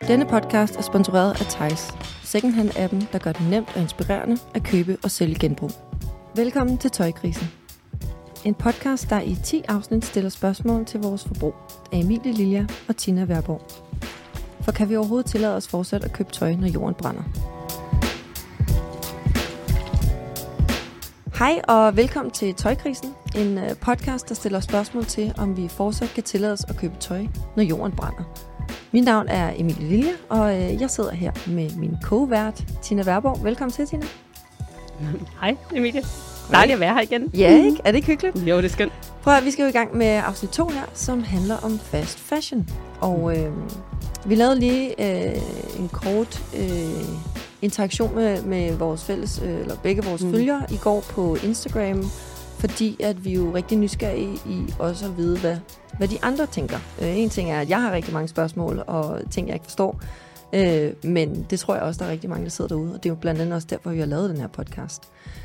Denne podcast er sponsoreret af Theis, secondhand-appen, der gør det nemt og inspirerende at købe og sælge genbrug. Velkommen til Tøjkrisen. En podcast, der i 10 afsnit stiller spørgsmål til vores forbrug af Emilie Lilja og Tina Værborg. For kan vi overhovedet tillade os fortsat at købe tøj, når jorden brænder? Hej og velkommen til Tøjkrisen, en podcast, der stiller spørgsmål til, om vi fortsat kan tillade os at købe tøj, når jorden brænder. Mit navn er Emilie Lilja, og jeg sidder her med min co-vært, Tina Værborg. Velkommen til, Tina. Hej, Emilie. Dejligt at være her igen. Ja, ikke? Er det ikke hyggeligt? Jo, det er skønt. Prøv at vi skal jo i gang med afsnit 2 her, som handler om fast fashion. Og vi lavede lige en kort interaktion med vores fælles, eller begge vores følgere i går på Instagram, fordi at vi jo er rigtig nysgerrige i også at vide, hvad de andre tænker. En ting er, at jeg har rigtig mange spørgsmål og ting, jeg ikke forstår, men det tror jeg også, der er rigtig mange, der sidder derude, og det er jo blandt andet også derfor, vi har lavet den her podcast.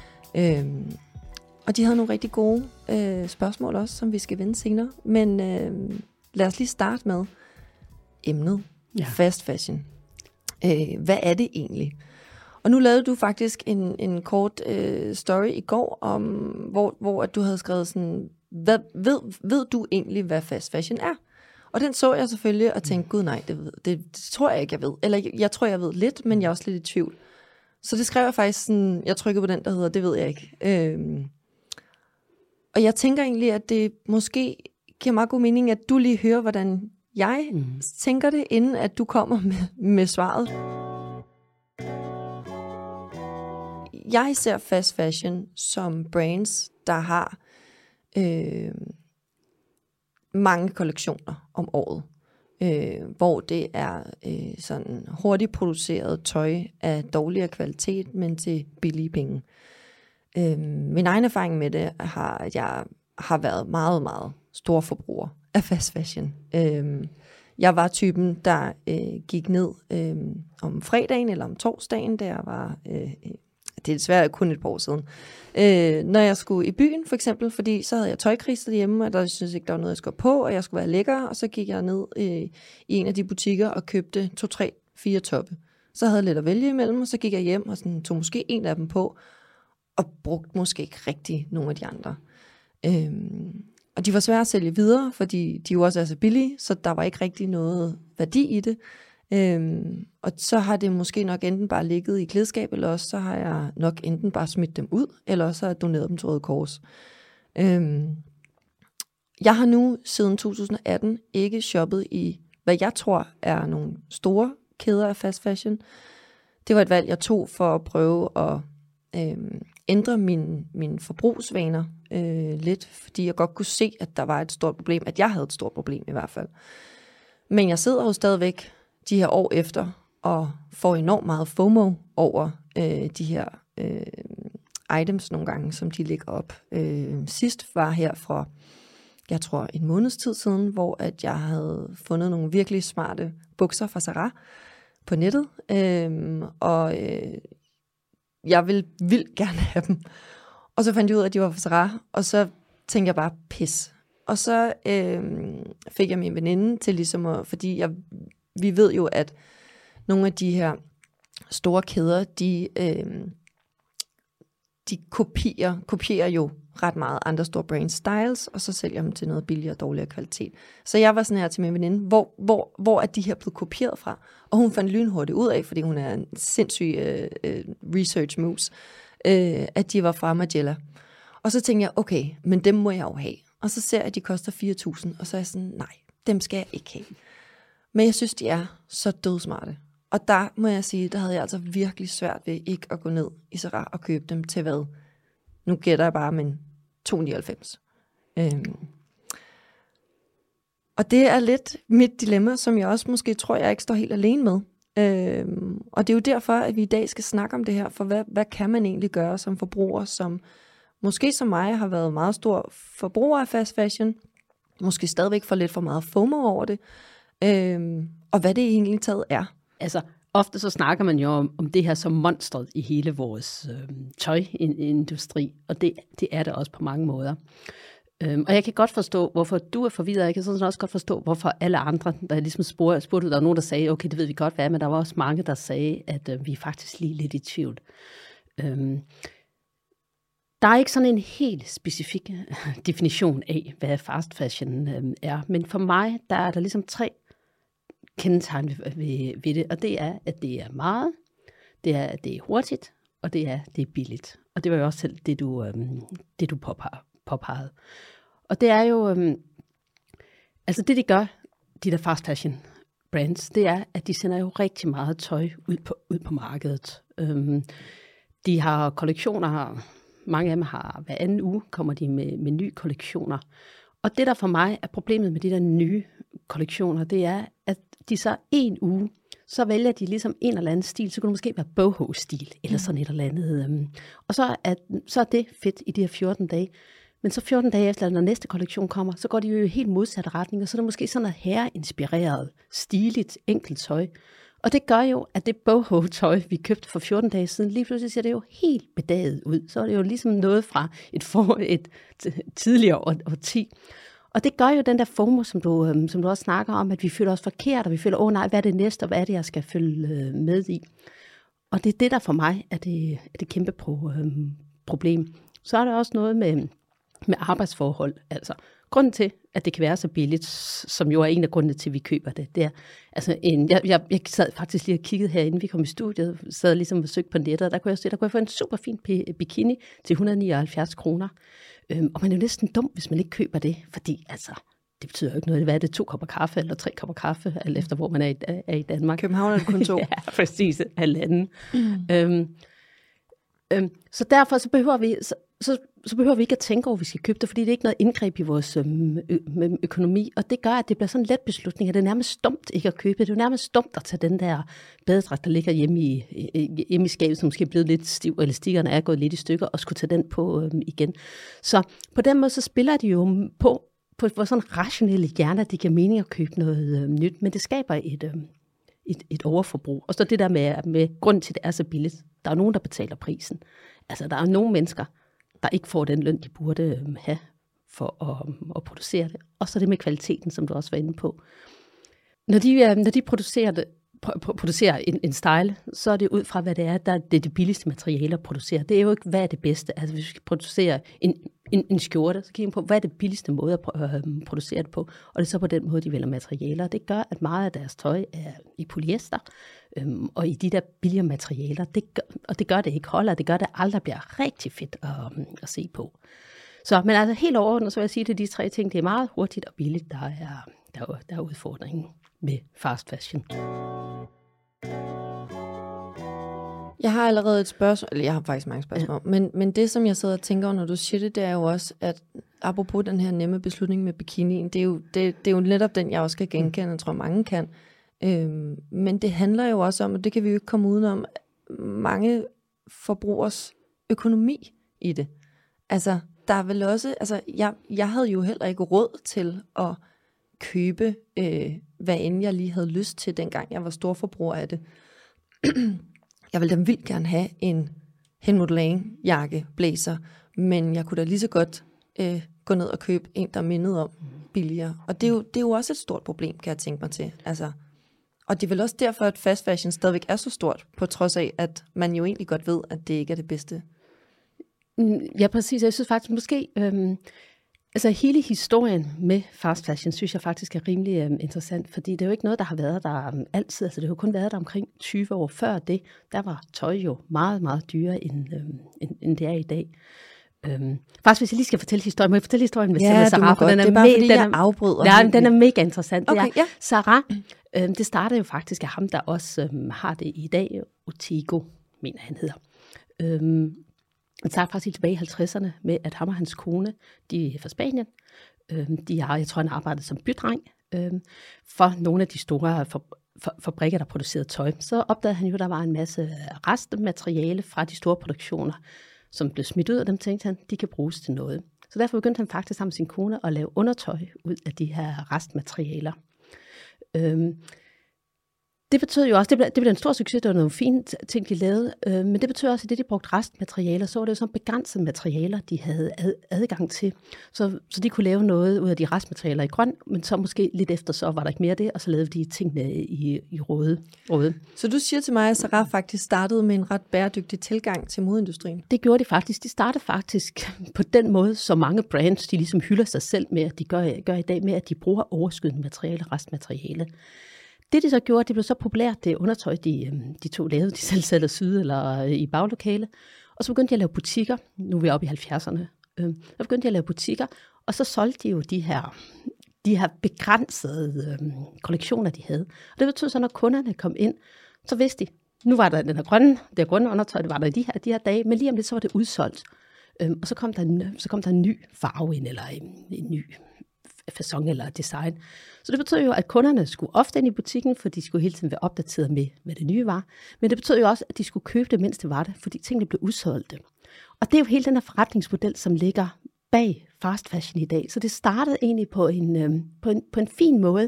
Og de havde nogle rigtig gode spørgsmål også, som vi skal vende senere, men lad os lige starte med emnet fast fashion. Hvad er det egentlig? Og nu lavede du faktisk en kort story i går, om hvor at du havde skrevet sådan, ved du egentlig, hvad fast fashion er? Og den så jeg selvfølgelig og tænkte, gud nej, det tror jeg ikke, jeg ved. Eller jeg tror, jeg ved lidt, men jeg er også lidt i tvivl. Så det skrev jeg faktisk sådan, jeg trykkede på den, der hedder, det ved jeg ikke. Og jeg tænker egentlig, at det måske giver meget god mening, at du lige hører, hvordan jeg tænker det, inden at du kommer med svaret. Jeg ser fast fashion som brands, der har mange kollektioner om året, hvor det er sådan hurtigt produceret tøj af dårligere kvalitet, men til billige penge. Min egen erfaring med det har, at jeg har været meget, meget stor forbruger af fast fashion. Jeg var typen, der gik ned om fredagen eller om torsdagen, da jeg var... det er desværre kun et par år siden. Når jeg skulle i byen, for eksempel, fordi så havde jeg tøjkriser hjemme, og der synes ikke, der var noget, jeg skulle på, og jeg skulle være lækker, og så gik jeg ned i en af de butikker og købte 2, 3, 4 toppe. Så havde jeg lidt at vælge imellem, og så gik jeg hjem og sådan, tog måske en af dem på, og brugte måske ikke rigtig nogle af de andre. Og de var svære at sælge videre, fordi de jo også er så billige, så der var ikke rigtig noget værdi i det. Og så har det måske nok enten bare ligget i klædeskab, eller også så har jeg nok enten bare smidt dem ud, eller også har jeg doneret dem til Røde Kors. Jeg har nu siden 2018 ikke shoppet i, hvad jeg tror er nogle store kæder af fast fashion. Det var et valg, jeg tog for at prøve at ændre mine forbrugsvaner lidt, fordi jeg godt kunne se, at der var et stort problem, at jeg havde et stort problem i hvert fald. Men jeg sidder jo stadigvæk de her år efter, og får enormt meget FOMO over de her items nogle gange, som de lægger op. Sidst var her fra, jeg tror, en måneds tid siden, hvor at jeg havde fundet nogle virkelig smarte bukser fra Zara på nettet, og jeg ville vildt gerne have dem. Og så fandt jeg ud af, at de var fra Zara, og så tænkte jeg bare, pis. Og så fik jeg min veninde til ligesom at, fordi vi ved jo, at nogle af de her store kæder, de kopierer jo ret meget andre store brand styles, og så sælger dem til noget billigere og dårligere kvalitet. Så jeg var sådan her til min veninde, hvor er de her blevet kopieret fra? Og hun fandt lynhurtigt ud af, fordi hun er en sindssyg research moves, at de var fra Magella. Og så tænkte jeg, okay, men dem må jeg jo have. Og så ser jeg, at de koster 4.000, og så er jeg sådan, nej, dem skal jeg ikke have. Men jeg synes, de er så dødsmarte. Og der må jeg sige, der havde jeg altså virkelig svært ved ikke at gå ned i Zara og købe dem til hvad? Nu gætter jeg bare, men 299. Og det er lidt mit dilemma, som jeg også måske tror, jeg ikke står helt alene med. Og det er jo derfor, at vi i dag skal snakke om det her, for hvad kan man egentlig gøre som forbruger, som måske som mig har været meget stor forbruger af fast fashion, måske stadigvæk får lidt for meget FOMO over det, og hvad det egentlig taget er. Altså, ofte så snakker man jo om det her som monstret i hele vores tøjindustri, og det er det også på mange måder. Og jeg kan godt forstå, hvorfor du er forvirret. Jeg kan sådan også godt forstå, hvorfor alle andre, der ligesom spurgte, der var nogen, der sagde, okay, det ved vi godt, hvad er, men der var også mange, der sagde, at vi er faktisk lige lidt i tvivl. Der er ikke sådan en helt specifik definition af, hvad fast fashion er, men for mig, der er der ligesom 3 kendetegn ved det, og det er, at det er meget, det er, at det er hurtigt, og det er billigt. Og det var jo også selv det, du påpegede. Og det er jo, altså det de gør, de der fast fashion brands, det er, at de sender jo rigtig meget tøj ud på markedet. De har kollektioner, mange af dem har hver anden uge, kommer de med nye kollektioner. Og det der for mig er problemet med de der nye kollektioner, det er, at de så en uge, så vælger de ligesom en eller anden stil, så kunne det måske være boho-stil, eller sådan et eller andet. Og så er det fedt i de her 14 dage. Men så 14 dage efter, når næste kollektion kommer, så går de jo i helt modsatte retning, og så er der måske sådan noget herreinspireret, stiligt, enkelt tøj. Og det gør jo, at det boho-tøj, vi købte for 14 dage siden, lige pludselig ser det jo helt bedaget ud. Så er det jo ligesom noget fra et tidligere årti. Og det gør jo den der FOMO, som du også snakker om, at vi føler os forkert, og vi føler, nej, hvad er det næste, og hvad er det, jeg skal følge med i? Og det er det, der for mig er det kæmpe problem. Så er der også noget med arbejdsforhold. Altså, grunden til, at det kan være så billigt, som jo er en af grundene til, at vi køber det, det er, altså jeg sad faktisk lige og kiggede her, inden vi kom i studiet, sad ligesom og søgte på nettet, og der kunne jeg få en super fin bikini til 179 kroner. Og man er jo næsten dum, hvis man ikke køber det, fordi altså, det betyder jo ikke noget. Hvad er det? 2 kopper kaffe eller 3 kopper kaffe, alt efter hvor man er i Danmark. København er det kun 2. Ja, præcis. Halvanden. Så derfor så behøver vi ikke at tænke over, at vi skal købe det, fordi det er ikke noget indgreb i vores økonomi, og det gør, at det bliver sådan en let beslutning, at det er nærmest dumt ikke at købe det. Det er jo nærmest dumt at tage den der badedragt, der ligger hjemme i skabet, som måske er blevet lidt stiv, eller stikkerne er gået lidt i stykker, og skulle tage den på igen. Så på den måde, så spiller de jo på hvor sådan rationelle hjerner, de kan mening at købe noget nyt, men det skaber et overforbrug. Og så det der med grunden til, at det er så billigt. Der er nogen, der betaler prisen. Altså, der er nogle mennesker, der ikke får den løn, de burde have for at producere det. Og så det med kvaliteten, som du også var inde på. Når de producerer en style, så er det ud fra, hvad det er, der er det billigste materiale at producere. Det er jo ikke, hvad er det bedste. Altså, hvis vi skal producere en skjorte, så kigger vi på, hvad er det billigste måde at producere det på. Og det er så på den måde, de vælger materialer. Det gør, at meget af deres tøj er i polyester, og i de der billigere materialer. Det gør det ikke holder. Det gør, at det aldrig bliver rigtig fedt at se på. Så, men altså helt overordnet, så vil jeg sige til de 3 ting, det er meget hurtigt og billigt, der er udfordringen med fast fashion. Jeg har allerede et spørgsmål, eller jeg har faktisk mange spørgsmål, men det, som jeg sidder og tænker over, når du siger det, det er jo også, at apropos den her nemme beslutning med bikinien, det er jo netop den, jeg også kan genkende, jeg tror mange kan. Men det handler jo også om, og det kan vi jo ikke komme udenom, mange forbrugers økonomi i det. Altså, der er vel også, altså, jeg havde jo heller ikke råd til at købe, hvad end jeg lige havde lyst til, dengang jeg var storforbruger af det. Jeg ville da vildt gerne have en Helmut Lang jakke, blazer, men jeg kunne da lige så godt gå ned og købe en, der mindede om billigere. Og det er jo også et stort problem, kan jeg tænke mig til. Altså, og det er vel også derfor, at fast fashion stadigvæk er så stort, på trods af, at man jo egentlig godt ved, at det ikke er det bedste. Ja, præcis. Jeg synes faktisk måske, altså hele historien med fast fashion, synes jeg faktisk er rimelig interessant, fordi det er jo ikke noget, der har været der altid. Altså det har jo kun været der omkring 20 år før det. Der var tøj jo meget, meget dyrere, end det er i dag. Faktisk, hvis jeg lige skal fortælle historien, må jeg fortælle historien med Sarah? For den er det er bare fordi, jeg afbryder. Ja, den er mega interessant. Okay, ja. Sarah, det startede jo faktisk af ham, der også har det i dag. Otigo, mener han hedder. Han startede faktisk tilbage i 50'erne med, at ham og hans kone, de er fra Spanien. Jeg tror, han arbejdede som bydreng for nogle af de store fabrikker, der producerede tøj. Så opdagede han jo, at der var en masse restmateriale fra de store produktioner, som blev smidt ud, og dem tænkte han, de kan bruges til noget. Så derfor begyndte han faktisk sammen med sin kone at lave undertøj ud af de her restmaterialer. Det betød jo også, det blev en stor succes, det var nogle fine ting, de lavede, men det betød også, at de brugte restmaterialer, så var det jo sådan begrænsede materialer, de havde adgang til, så de kunne lave noget ud af de restmaterialer i grøn, men så måske lidt efter, så var der ikke mere af det, og så lavede de tingene i røde. Så du siger til mig, at Sarah faktisk startede med en ret bæredygtig tilgang til modeindustrien? Det gjorde de faktisk. De startede faktisk på den måde, så mange brands, de ligesom hylder sig selv med, at de gør i dag med, at de bruger overskydende materiale, restmateriale. Det de så gjorde, det blev så populært, det undertøj, de to lavede, de selv sad syde eller i baglokale. Og så begyndte de at lave butikker, nu er vi oppe i 70'erne, så begyndte de at lave butikker, og så solgte de jo de her begrænsede kollektioner, de havde. Og det betød så, når kunderne kom ind, så vidste de, nu var der det grønne undertøj, det var der i de her dage, men lige om lidt, så var det udsolgt. Og så kom der en ny farve ind, eller en ny facon eller design. Så det betød jo, at kunderne skulle ofte ind i butikken, for de skulle hele tiden være opdateret med, hvad det nye var. Men det betød jo også, at de skulle købe det, mens det var det, fordi tingene blev udsolgte. Og det er jo hele den her forretningsmodel, som ligger bag fast fashion i dag. Så det startede egentlig på en fin måde,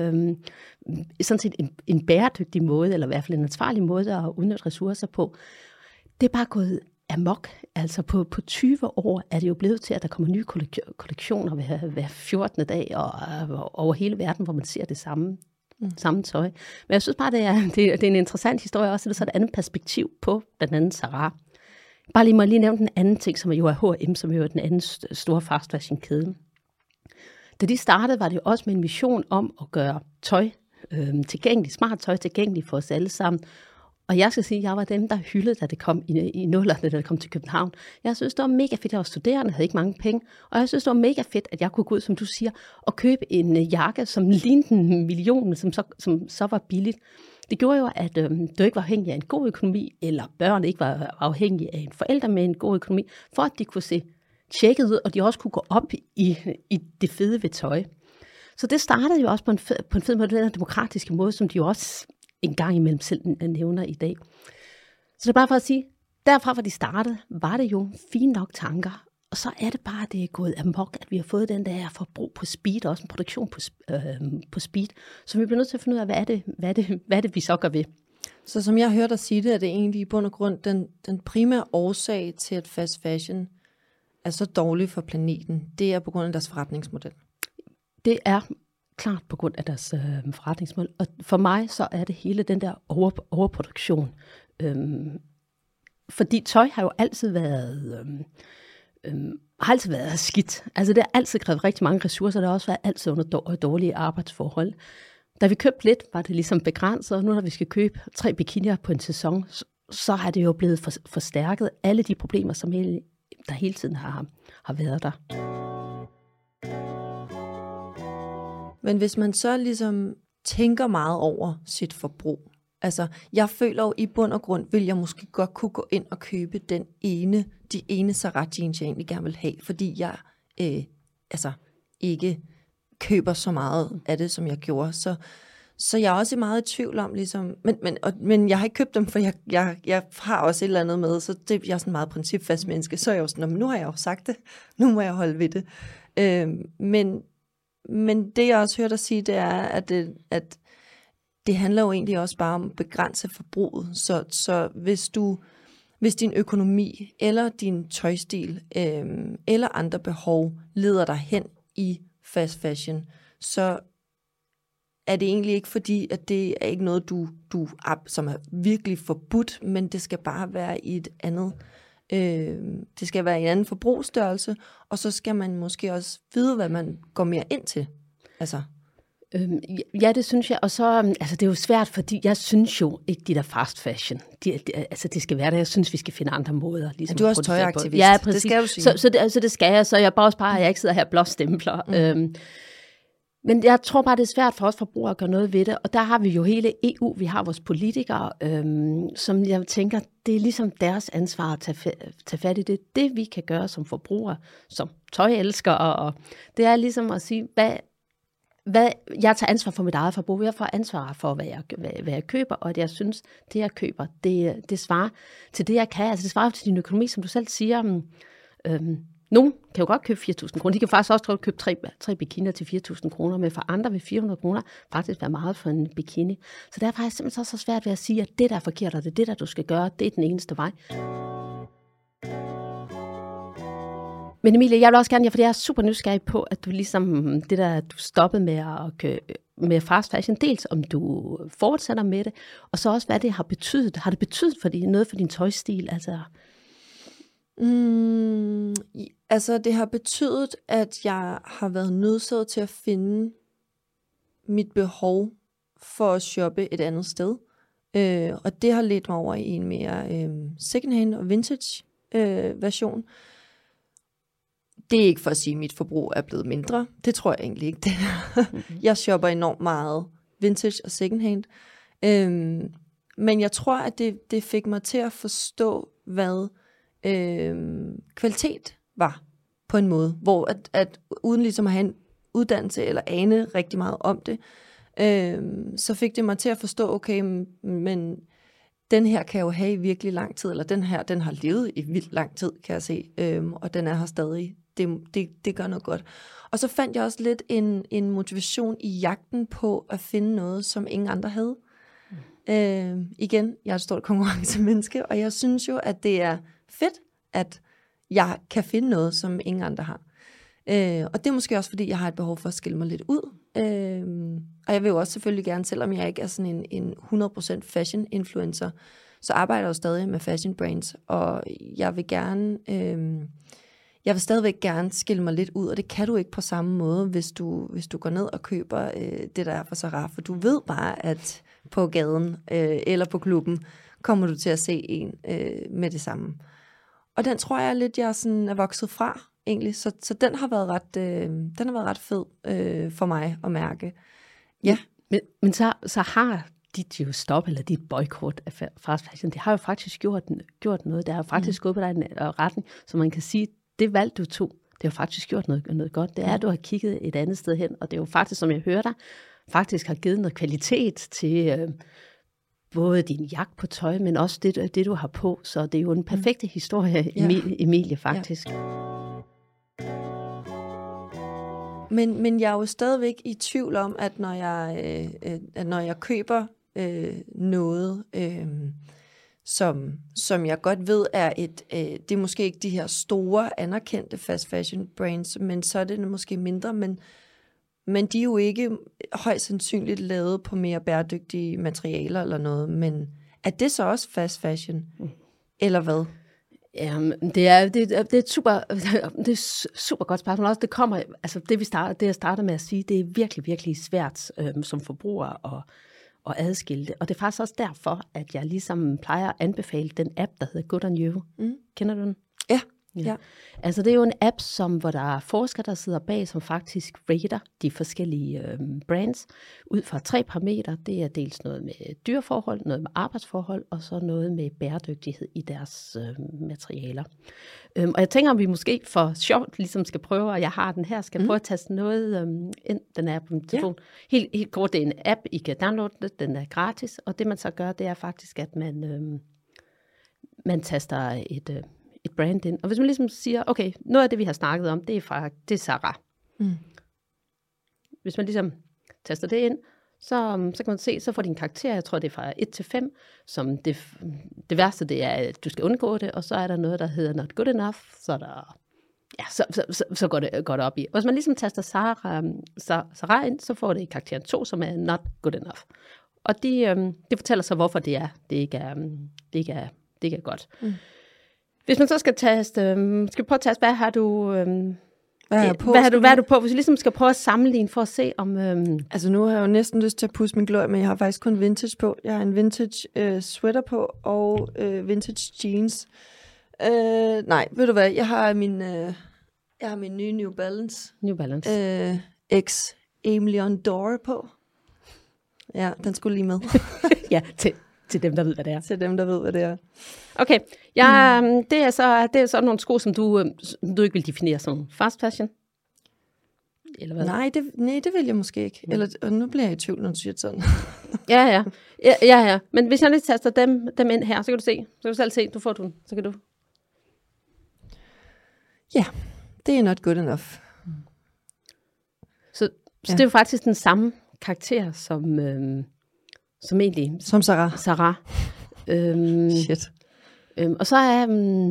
sådan set en bæredygtig måde, eller i hvert fald en ansvarlig måde at udnytte ressourcer på. Det er bare gået amok. Altså på 20 år er det jo blevet til, at der kommer nye kollektioner hver 14. dag og over hele verden, hvor man ser det samme tøj. Men jeg synes bare, det er en interessant historie også, at det er så et andet perspektiv på blandt andet Sarah. Bare lige må jeg lige nævne den anden ting, som er jo H&M, som jo er den anden store fast fashion kæde. Da de startede, var det jo også med en mission om at gøre tøj tilgængeligt, smart tøj tilgængeligt for os alle sammen. Og jeg skal sige, at jeg var dem, der hyldede, da det kom i nullerne, da det kom til København. Jeg synes, det var mega fedt. Jeg var studerende, havde ikke mange penge. Og jeg synes, det var mega fedt, at jeg kunne gå ud, som du siger, og købe en jakke, som lignede en million, som så var billigt. Det gjorde jo, at du ikke var afhængig af en god økonomi, eller børn ikke var afhængige af en forælder med en god økonomi, for at de kunne se tjekket ud, og de også kunne gå op i det fede ved tøj. Så det startede jo også på en fed måde, den demokratiske måde, som de jo også en gang imellem selv nævner i dag. Så det er bare for at sige, derfra hvor de startede, var det jo fine nok tanker, og så er det bare, det er gået amok, at vi har fået den der forbrug på speed, og også en produktion på speed, så vi bliver nødt til at finde ud af, hvad er det, vi så gør ved. Så som jeg hørte dig sige det, er det egentlig i bund og grund den primære årsag til, at fast fashion er så dårlig for planeten, det er på grund af deres forretningsmodel. Det er klart på grund af deres forretningsmodel. Og for mig så er det hele den der overproduktion. Fordi tøj har jo altid været skidt. Altså det har altid krævet rigtig mange ressourcer. Det har også været altid under dårlige arbejdsforhold. Da vi købte lidt, var det ligesom begrænset, og nu når vi skal købe 3 bikinier på en sæson, så er det jo blevet forstærket alle de problemer, som der hele tiden har været der. Men hvis man så ligesom tænker meget over sit forbrug, altså jeg føler jo i bund og grund, vil jeg måske godt kunne gå ind og købe de ene Sarah jeans, jeg egentlig gerne vil have, fordi jeg ikke køber så meget af det, som jeg gjorde. Så jeg er også meget i tvivl om, ligesom, men jeg har ikke købt dem, for jeg har også et eller andet med, så jeg er sådan meget principfast menneske, så er jeg jo sådan, nu har jeg jo sagt det, nu må jeg holde ved det. Men det jeg også hørte dig sige, det er, at det handler jo egentlig også bare om at begrænse forbruget. Så hvis din økonomi, eller din tøjstil, eller andre behov leder dig hen i fast fashion, så er det egentlig ikke fordi, at det er ikke noget, du som er virkelig forbudt, men det skal bare være i et andet. Det skal være i en anden forbrugsstørrelse, og så skal man måske også vide, hvad man går mere ind til. Altså. Ja, det synes jeg. Og så, det er jo svært, fordi jeg synes jo ikke, de der fast fashion, det skal være der. Jeg synes, vi skal finde andre måder. Ligesom du er også tøjaktivist. Ja, præcis. Det skal du sige. Så det skal jeg. Så jeg bare at jeg ikke sidder her og blåstempler. Men jeg tror bare, det er svært for os forbrugere at gøre noget ved det. Og der har vi jo hele EU, vi har vores politikere, som jeg tænker, det er ligesom deres ansvar at tage fat i det. Det vi kan gøre som forbrugere, som tøjelskere, og det er ligesom at sige, hvad jeg tager ansvar for mit eget forbrug. Jeg får ansvar for, hvad jeg køber, og at jeg synes, det jeg køber, det svarer til det, jeg kan. Altså det svarer til din økonomi, som du selv siger. Nogen kan jo godt købe 4.000 kroner. De kan faktisk også købe tre bikinier til 4.000 kroner, men for andre vil 400 kroner faktisk være meget for en bikini. Så det er faktisk simpelthen så svært ved at sige, at det der er forkert, og det der du skal gøre, det er den eneste vej. Men Emilie, jeg vil også gerne, for jeg er super nysgerrig på, at du ligesom det der, du stoppede med at med fast fashion, dels om du fortsætter med det, og så også, hvad det har betydet. Har det betydet noget for din tøjstil? Altså, det har betydet, at jeg har været nødsaget til at finde mit behov for at shoppe et andet sted. Og det har ledt mig over i en mere secondhand og vintage version. Det er ikke for at sige, at mit forbrug er blevet mindre. Det tror jeg egentlig ikke. Jeg shopper enormt meget vintage og secondhand. Men jeg tror, at det fik mig til at forstå, hvad kvalitet var på en måde. Hvor at uden ligesom at have en uddannelse eller ane rigtig meget om det, så fik det mig til at forstå, okay, men den her kan jo have i virkelig lang tid, eller den her, den har levet i vildt lang tid, kan jeg se, og den er her stadig. Det gør noget godt. Og så fandt jeg også lidt en motivation i jagten på at finde noget, som ingen andre havde. Igen, jeg er et stort konkurrencemenneske, og jeg synes jo, at det er fedt, at jeg kan finde noget, som ingen andre har. Og det er måske også, fordi jeg har et behov for at skille mig lidt ud. Og jeg vil jo også selvfølgelig gerne, selvom jeg ikke er sådan en 100% fashion influencer, så arbejder jeg jo stadig med fashion brands, og jeg vil gerne... Jeg vil stadigvæk gerne skille mig lidt ud, og det kan du ikke på samme måde, hvis du går ned og køber det, der er for Zara. For du ved bare, at på gaden eller på klubben kommer du til at se en med det samme. Og den tror jeg lidt, jeg sådan er vokset fra, egentlig. Så den har været ret fed for mig at mærke. Ja. Men så har dit jo stop, eller dit boykot af fast fashion, det har jo faktisk gjort noget. Det har jo faktisk gået på dig en retning, så man kan sige, det valg, du tog, det har faktisk gjort noget godt. Det er, at du har kigget et andet sted hen, og det er jo faktisk, som jeg hører dig, faktisk har givet noget kvalitet til både din jagt på tøj, men også det, du har på. Så det er jo en perfekte historie, Emilie, faktisk. Ja. Men jeg er jo stadigvæk i tvivl om, at når jeg køber noget... som jeg godt ved er det er måske ikke de her store, anerkendte fast fashion brands, men så er det måske mindre, men de er jo ikke højst sandsynligt lavet på mere bæredygtige materialer eller noget, men er det så også fast fashion? Eller hvad? Ja, det er et super godt spørgsmål. Også det kommer, altså det jeg starter med at sige, det er virkelig, virkelig svært som forbruger og adskille det. Og det er faktisk også derfor, at jeg ligesom plejer at anbefale den app, der hedder Good On You. Kender du den? Ja. Altså det er jo en app, hvor der er forskere, der sidder bag, som faktisk rater de forskellige brands ud fra 3 parametre. Det er dels noget med dyreforhold, noget med arbejdsforhold, og så noget med bæredygtighed i deres materialer. Og jeg tænker, om vi måske for sjovt ligesom skal prøve, og jeg har den her, skal prøve at taste noget ind. Den er på min telefon. Helt kort, det er en app, I kan downloade, den er gratis, og det man så gør, det er faktisk, at man taster et brand ind. Og hvis man ligesom siger, okay, noget af det, vi har snakket om, det er Zara. Hvis man ligesom taster det ind, så kan man se, så får din karakter, jeg tror, det er fra 1 til 5, som det værste, det er, at du skal undgå det, og så er der noget, der hedder not good enough, så der... Ja, så går det op i. Og hvis man ligesom taster Zara ind, så får det karakteren 2, som er not good enough. Og det fortæller så, hvorfor det ikke er godt. Hvis man så skal prøve at taste, hvad har du... Hvad har du på? Hvis du ligesom skal prøve at sammenligne for at se om... Altså nu har jeg jo næsten lyst til at pusse min glorie, men jeg har faktisk kun vintage på. Jeg har en vintage sweater på og vintage jeans. Nej, ved du hvad? Jeg har min nye New Balance. X Emilion Dore på. Ja, den skulle lige med. Ja, til dem, der ved, hvad det er. Til dem, der ved, hvad det er. Okay, det er så nogle sko, som du ikke vil definere som fast fashion? Eller hvad? Nej, det vil jeg måske ikke. Og nu bliver jeg i tvivl, når du siger det sådan. Ja. Men hvis jeg lige taster dem ind her, så kan du se. Så kan du selv se, du får den. Så kan du. Ja. det er not good enough. Så det er jo faktisk den samme karakter, som egentlig... Som Sarah. Sarah. Shit. Og så er...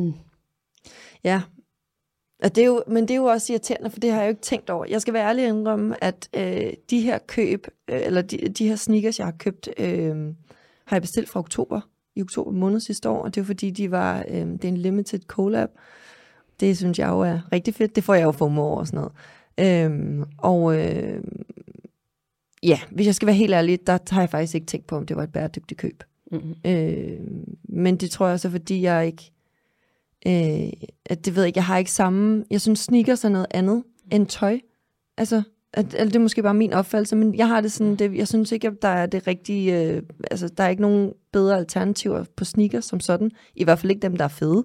Ja, og det er jo, men det er jo også irriterende, for det har jeg jo ikke tænkt over. Jeg skal være ærlig og indrømme, at de her køb, eller de her sneakers, jeg har købt, har jeg bestilt fra i oktober måned sidste år, og det er fordi, det er en limited collab. Det synes jeg jo er rigtig fedt. Det får jeg jo FOMO over og sådan noget. Ja, hvis jeg skal være helt ærlig, der har jeg faktisk ikke tænkt på, om det var et bæredygtigt køb. Men det tror jeg også, fordi jeg ikke... at det ved jeg har ikke samme... Jeg synes, sneakers er noget andet end tøj. Altså, det er måske bare min opfattelse, men jeg har det sådan... jeg synes ikke, at der er det rigtige... der er ikke nogen bedre alternativer på sneakers som sådan. I hvert fald ikke dem, der er fede.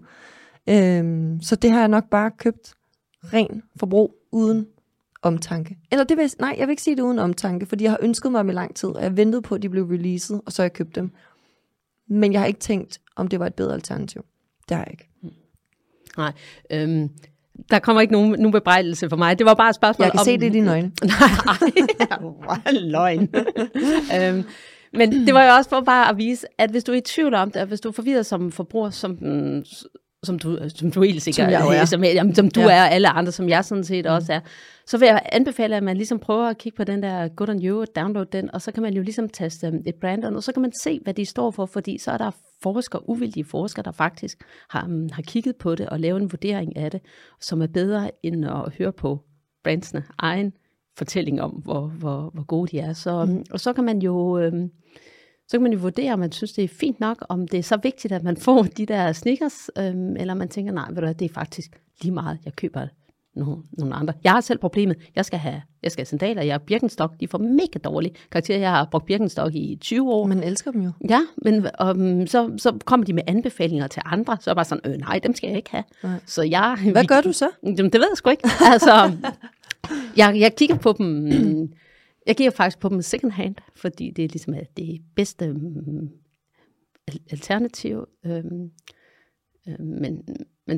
Så det har jeg nok bare købt ren forbrug, uden omtanke. Eller jeg vil ikke sige det uden omtanke, fordi jeg har ønsket mig dem i lang tid, og jeg ventede på, at de blev releaset, og så har jeg købt dem. Men jeg har ikke tænkt, om det var et bedre alternativ. Det har jeg ikke. Nej, der kommer ikke nogen bebrejdelse for mig. Det var bare et spørgsmål om... Jeg kan se det i dine øjne. Nej, løgn. Men det var jo også for bare at vise, at hvis du er i tvivl om det, og hvis du er forvirret som forbruger, som du helt sikkert som du er, og alle andre, som jeg sådan set også er, så vil jeg anbefale, at man ligesom prøver at kigge på den der Good On You, download den, og så kan man jo ligesom taste et brand, og så kan man se, hvad de står for, fordi så er der uvildige forskere, der faktisk har kigget på det, og lavet en vurdering af det, som er bedre, end at høre på brandsene egen fortælling om, hvor gode de er. Og så kan man jo... Så kan man jo vurdere, om man synes, det er fint nok, om det er så vigtigt, at man får de der sneakers, eller man tænker, nej, ved du hvad, det er faktisk lige meget, jeg køber nogle andre. Jeg har selv problemet, jeg skal have sandaler, jeg har Birkenstock, de får mega dårlige karakterer, jeg har brugt Birkenstock i 20 år. Man elsker dem jo. Ja, men så kommer de med anbefalinger til andre, så er jeg bare sådan, nej, dem skal jeg ikke have. Nej. Så hvad gør du så? Det ved jeg sgu ikke. Altså, jeg kigger på dem... Jeg giver faktisk på dem second hand, fordi det er ligesom det bedste alternativ. Men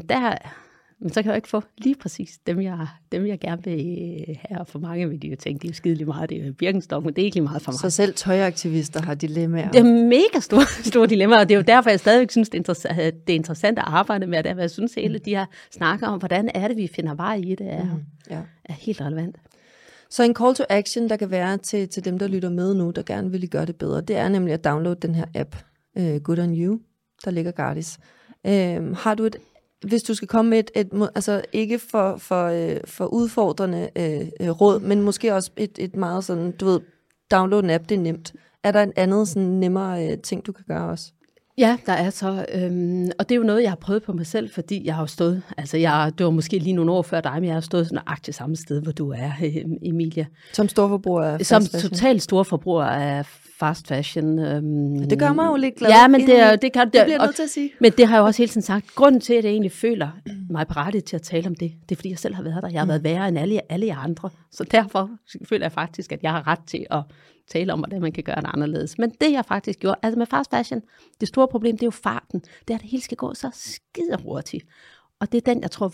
så kan jeg ikke få lige præcis dem, jeg gerne vil have. For mange vil de jo tænke, det er jo skidelig meget, det er jo Birkenstock, men det er ikke lige meget for mig. Så selv tøjaktivister har dilemmaer? Det er mega store dilemmaer, og det er jo derfor, jeg stadigvæk synes, det er interessant at arbejde med det. Jeg synes, hele de her snakker om, hvordan er det, vi finder vej i det, er helt relevant. Så en call to action, der kan være til dem, der lytter med nu, der gerne vil gøre det bedre, det er nemlig at downloade den her app, Good On You, der ligger gratis. Har du hvis du skal komme med altså ikke for udfordrende råd, men måske også et meget sådan, du ved, download en app, det er nemt. Er der en andet sådan nemmere ting, du kan gøre også? Ja, der er så, og det er jo noget, jeg har prøvet på mig selv, fordi jeg har jo stået, det var måske lige nogle år før dig, men jeg har stået sådan nøjagtigt samme sted, hvor du er, Emilia. Som storforbruger af fast fashion? Som total storforbruger af fast fashion. Det gør mig jo lidt glad. Ja, men det bliver jeg nødt til at sige. Men det har jeg også hele tiden sagt. Grunden til, at jeg egentlig føler mig berettiget til at tale om det, det er, fordi jeg selv har været der. Jeg har været værre end alle jer andre. Så derfor føler jeg faktisk, at jeg har ret til at tale om, hvordan man kan gøre det anderledes. Men det, jeg faktisk gjorde, altså med fast fashion, det store problem, det er jo farten. Det er, at det hele skal gå så skide hurtigt. Og det er den, jeg tror,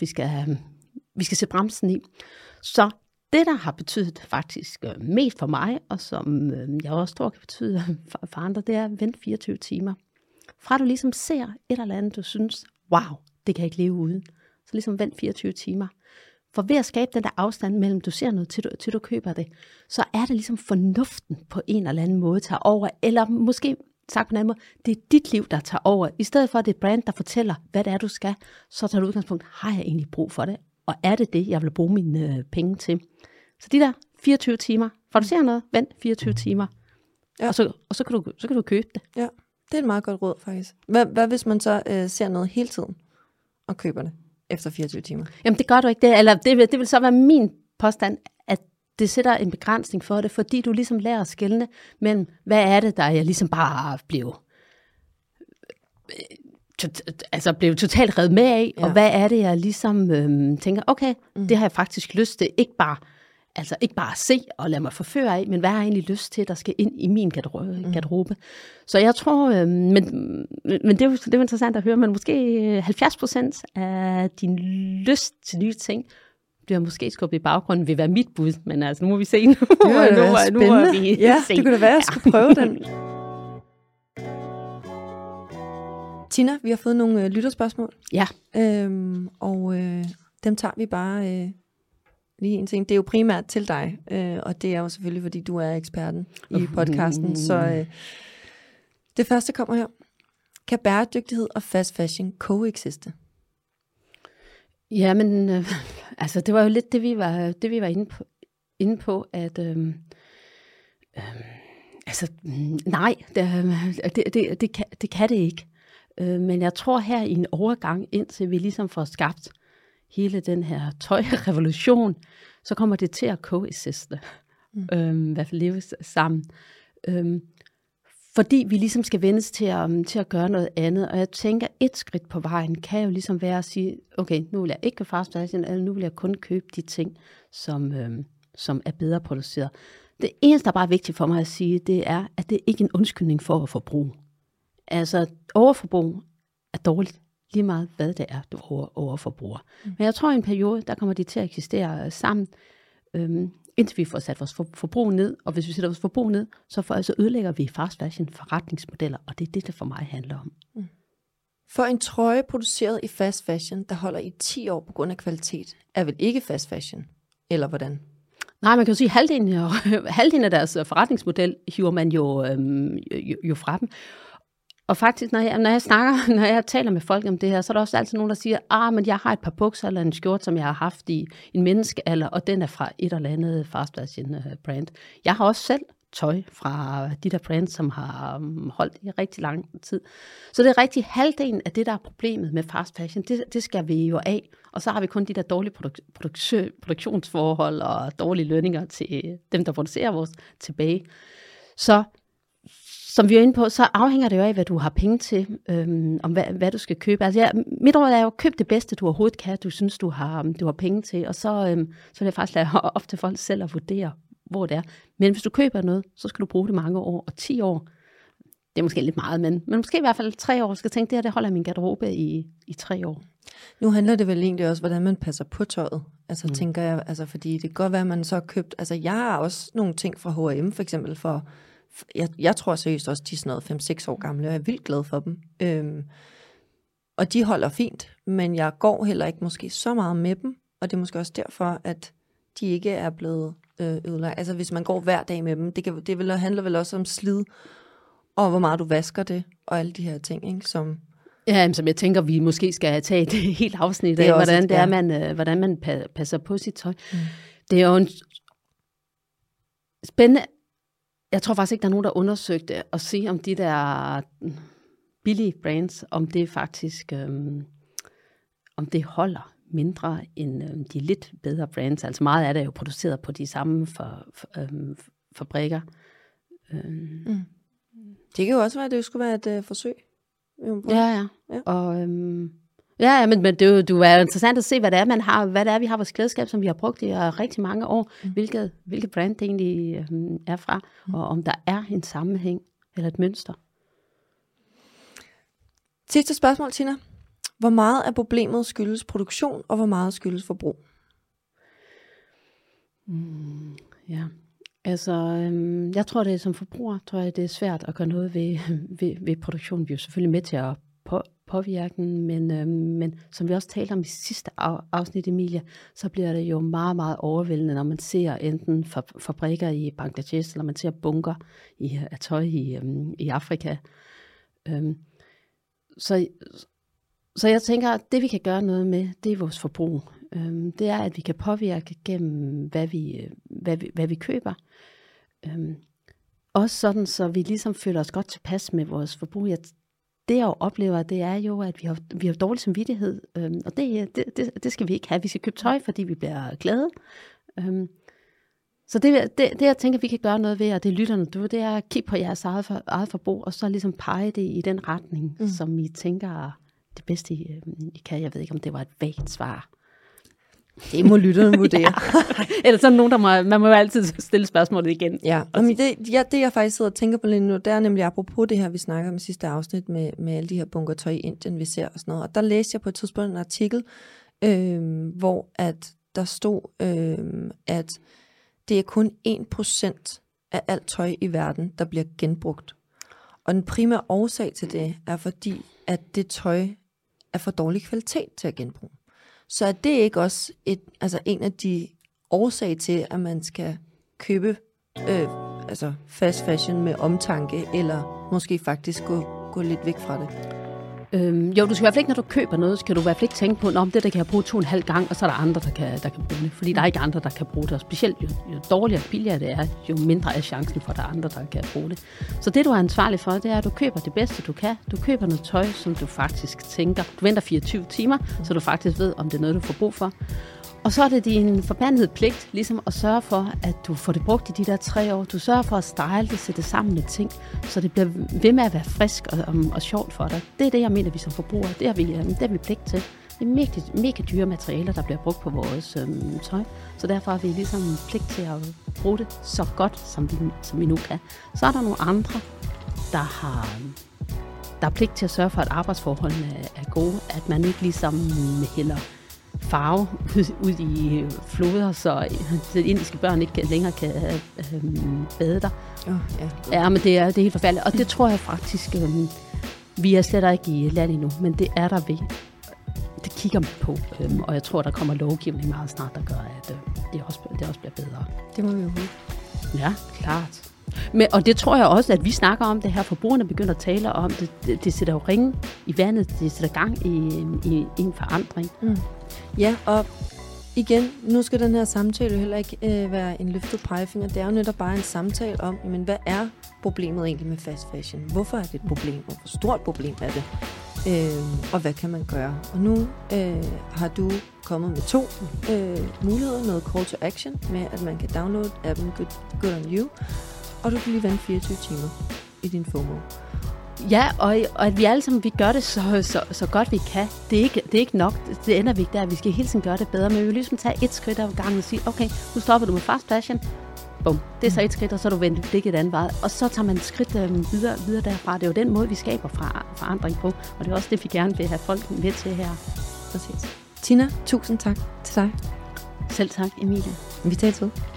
vi skal se bremsen i. Så det, der har betydet faktisk mest for mig, og som jeg også tror kan betyde for andre, det er at vente 24 timer. Fra du ligesom ser et eller andet, du synes, wow, det kan jeg ikke leve uden. Så ligesom vent 24 timer. For ved at skabe den der afstand mellem, du ser noget, til du køber det, så er det ligesom fornuften på en eller anden måde tager over, eller måske sagt på en anden måde, det er dit liv, der tager over. I stedet for, at det er brand, der fortæller, hvad det er, du skal, så tager du udgangspunkt, har jeg egentlig brug for det? Og er det, jeg vil bruge mine penge til? Så de der 24 timer, for du ser noget, vent 24 timer, ja. og så kan du købe det. Ja, det er et meget godt råd faktisk. Hvad hvis man så ser noget hele tiden, og køber det efter 24 timer? Jamen det gør du ikke. Det vil så være min påstand, at det sætter en begrænsning for det, fordi du ligesom lærer at skelne mellem, hvad er det, der jeg ligesom bare blev totalt revet med af, og hvad er det, jeg ligesom tænker, okay, det har jeg faktisk lyst til, ikke bare at se og lade mig forføre af, men hvad har jeg egentlig lyst til, der skal ind i min garderobe. Så jeg tror, men det er jo interessant at høre, men måske 70% af din lyst til nye ting bliver måske skubbet i baggrunden, vil være mit bud, men altså, nu må vi se. Nu det kunne da være, at jeg skulle prøve den. Tina, vi har fået nogle lytterspørgsmål. Ja. Dem tager vi bare lige en ting. Det er jo primært til dig, og det er jo selvfølgelig, fordi du er eksperten i podcasten. Så det første kommer her. Kan bæredygtighed og fast fashion coexiste? Ja, men altså, det var jo lidt det, vi var inde på, at altså, nej, det kan det ikke. Men jeg tror her i en overgang, indtil vi ligesom får skabt hele den her tøjrevolution, så kommer det til at coexiste. I hvert fald leve sammen. Fordi vi ligesom skal vendes til at gøre noget andet. Og jeg tænker, et skridt på vejen kan jo ligesom være at sige, okay, nu vil jeg ikke købe fast fashion, eller nu vil jeg kun købe de ting, som er bedre produceret. Det eneste, der er bare vigtigt for mig at sige, det er, at det ikke er en undskyldning for at forbruge. Altså, overforbrug er dårligt, lige meget hvad det er, du overforbruger. Men jeg tror, i en periode, der kommer de til at eksistere sammen, indtil vi får sat vores forbrug ned. Og hvis vi sætter vores forbrug ned, så ødelægger vi fast fashion forretningsmodeller, og det er det, der for mig handler om. For en trøje produceret i fast fashion, der holder i 10 år på grund af kvalitet, er vel ikke fast fashion? Eller hvordan? Nej, man kan jo sige, halvdelen af deres forretningsmodel hiver man jo fra dem. Og faktisk, når jeg taler med folk om det her, så er der også altid nogen, der siger, men jeg har et par bukser eller en skjort, som jeg har haft i en menneskealder, og den er fra et eller andet fast fashion brand. Jeg har også selv tøj fra de der brands, som har holdt i rigtig lang tid. Så det er rigtig halvdelen af det, der er problemet med fast fashion. Det skal vi jo af. Og så har vi kun de der dårlige produktionsforhold og dårlige lønninger til dem, der producerer vores tilbage. Så som vi er inde på, så afhænger det jo af, hvad du har penge til, om hvad du skal købe. Altså mit råd er jo, køb det bedste, du overhovedet kan, du synes, du har penge til, og så vil jeg faktisk lade op til folk selv at vurdere, hvor det er. Men hvis du køber noget, så skal du bruge det mange år, og 10 år, det er måske lidt meget, men måske i hvert fald 3 år, skal tænke, det holder min garderobe i 3 år. Nu handler det vel egentlig også, hvordan man passer på tøjet. Altså tænker jeg, altså fordi det kan godt være, at man så har købt, altså jeg har også nogle ting fra H&M for eksempel jeg tror seriøst også, de er sådan noget 5-6 år gamle, og jeg er vildt glad for dem. Og de holder fint, men jeg går heller ikke måske så meget med dem, og det er måske også derfor, at de ikke er blevet ødelagt. Altså hvis man går hver dag med dem, det handler vel også om slid, og hvor meget du vasker det, og alle de her ting, ikke? Som jeg tænker, vi måske skal tage et helt afsnit af, hvordan man passer på sit tøj. Det er jo en spændende. Jeg tror faktisk ikke, der er nogen, der undersøgte at se, om de der billige brands, om det faktisk om det holder mindre end de lidt bedre brands. Altså meget af det er jo produceret på de samme fabrikker. Det kan jo også være, at det skulle være et forsøg. Ja. Og men det er jo interessant at se, hvad det er, man har, hvad det er, vi har vores klædeskab, som vi har brugt i rigtig mange år, hvilke brand det egentlig er fra, og om der er en sammenhæng eller et mønster. Sidste spørgsmål, Tina. Hvor meget af problemet skyldes produktion, og hvor meget skyldes forbrug? Altså, jeg tror, det er som forbruger, det er svært at gøre noget ved produktionen. Vi er jo selvfølgelig med til at påvirke den, men som vi også talte om i sidste afsnit, Emilie, så bliver det jo meget, meget overvældende, når man ser enten fabrikker i Bangladesh, eller man ser bunker af tøj i Afrika. Så jeg tænker, at det vi kan gøre noget med, det er vores forbrug. Det er, at vi kan påvirke gennem, hvad vi køber. Også sådan, så vi ligesom føler os godt tilpas med vores forbrug. Det jeg oplever, det er jo, at vi har dårlig samvittighed, og det skal vi ikke have. Vi skal købe tøj, fordi vi bliver glade. Så det jeg tænker, vi kan gøre noget ved, og det lytterne du, det er at kigge på jeres eget forbrug, og så ligesom pege det i den retning, som I tænker det bedste, I kan. Jeg ved ikke, om det var et vagt svar. Det må lytterne vurdere. Ja. Eller sådan nogen, man må jo altid stille spørgsmålet igen. Ja, det jeg faktisk sidder og tænker på lige nu, det er nemlig apropos det her, vi snakker om i sidste afsnit med alle de her bunker tøj i Indien, vi ser og sådan noget. Og der læste jeg på et tidspunkt en artikel, hvor at der stod, at det er kun 1% af alt tøj i verden, der bliver genbrugt. Og den primære årsag til det er fordi, at det tøj er for dårlig kvalitet til at genbruge. Så er det ikke også en af de årsager til, at man skal købe fast fashion med omtanke, eller måske faktisk gå lidt væk fra det? Jo, du skal i hvert fald ikke, når du køber noget, skal du i hvert fald ikke tænke på, om det der kan jeg bruge 2,5 gange, og så er der andre, der kan bruge det. Fordi der er ikke andre, der kan bruge det. Og specielt jo dårligere og billigere det er, jo mindre er chancen for, at der er andre, der kan bruge det. Så det, du er ansvarlig for, det er, at du køber det bedste, du kan. Du køber noget tøj, som du faktisk tænker. Du venter 24 timer, så du faktisk ved, om det er noget, du får brug for. Og så er det din forbandede pligt, ligesom at sørge for, at du får det brugt i de der 3 år. Du sørger for at style det, sætte det sammen med ting, så det bliver ved med at være frisk og sjovt for dig. Det er det, jeg mener, vi som forbrugere, det har vi pligt til. Det er mega dyre materialer, der bliver brugt på vores tøj. Så derfor har vi ligesom pligt til at bruge det så godt, som vi nu kan. Så er der nogle andre, der er pligt til at sørge for, at arbejdsforholdene er gode. At man ikke ligesom hælder farve ud i floder, så de indiske børn ikke længere kan bade der. Ja, men det er helt forfærdeligt. Og det tror jeg faktisk, vi er slet ikke i land endnu, men det er der ved. Det kigger man på, og jeg tror, der kommer lovgivning meget snart, der gør, at det også bliver bedre. Det må vi jo håbe. Ja, klart. Og det tror jeg også, at vi snakker om det her. Forbrugerne begynder at tale om det. Det sætter jo ringe i vandet. Det sætter gang i en forandring. Mm. Ja, og igen, nu skal den her samtale heller ikke være en løftet pegefinger. Det er jo netop bare en samtale om, jamen, hvad er problemet egentlig med fast fashion? Hvorfor er det et problem? Og hvor stort problem er det? Og hvad kan man gøre? Og nu har du kommet med 2 muligheder. Noget call to action med, at man kan downloade appen Good On You, og du kan lige vente 24 timer i din FOMO. Ja, og at vi alle sammen vi gør det så godt vi kan. Det er ikke nok. Det ender vi ikke der. Vi skal hele tiden gøre det bedre. Men vi vil ligesom tage et skridt ad gangen og sige, okay, nu stopper du med fast fashion. Bum. Det er så et skridt, og så er du vendt blikket et andet vej. Og så tager man et skridt videre derfra. Det er jo den måde, vi skaber forandring på. Og det er også det, vi gerne vil have folk med til her. Præcis. Tina, tusind tak til dig. Selv tak, Emilie. Vi tales ud.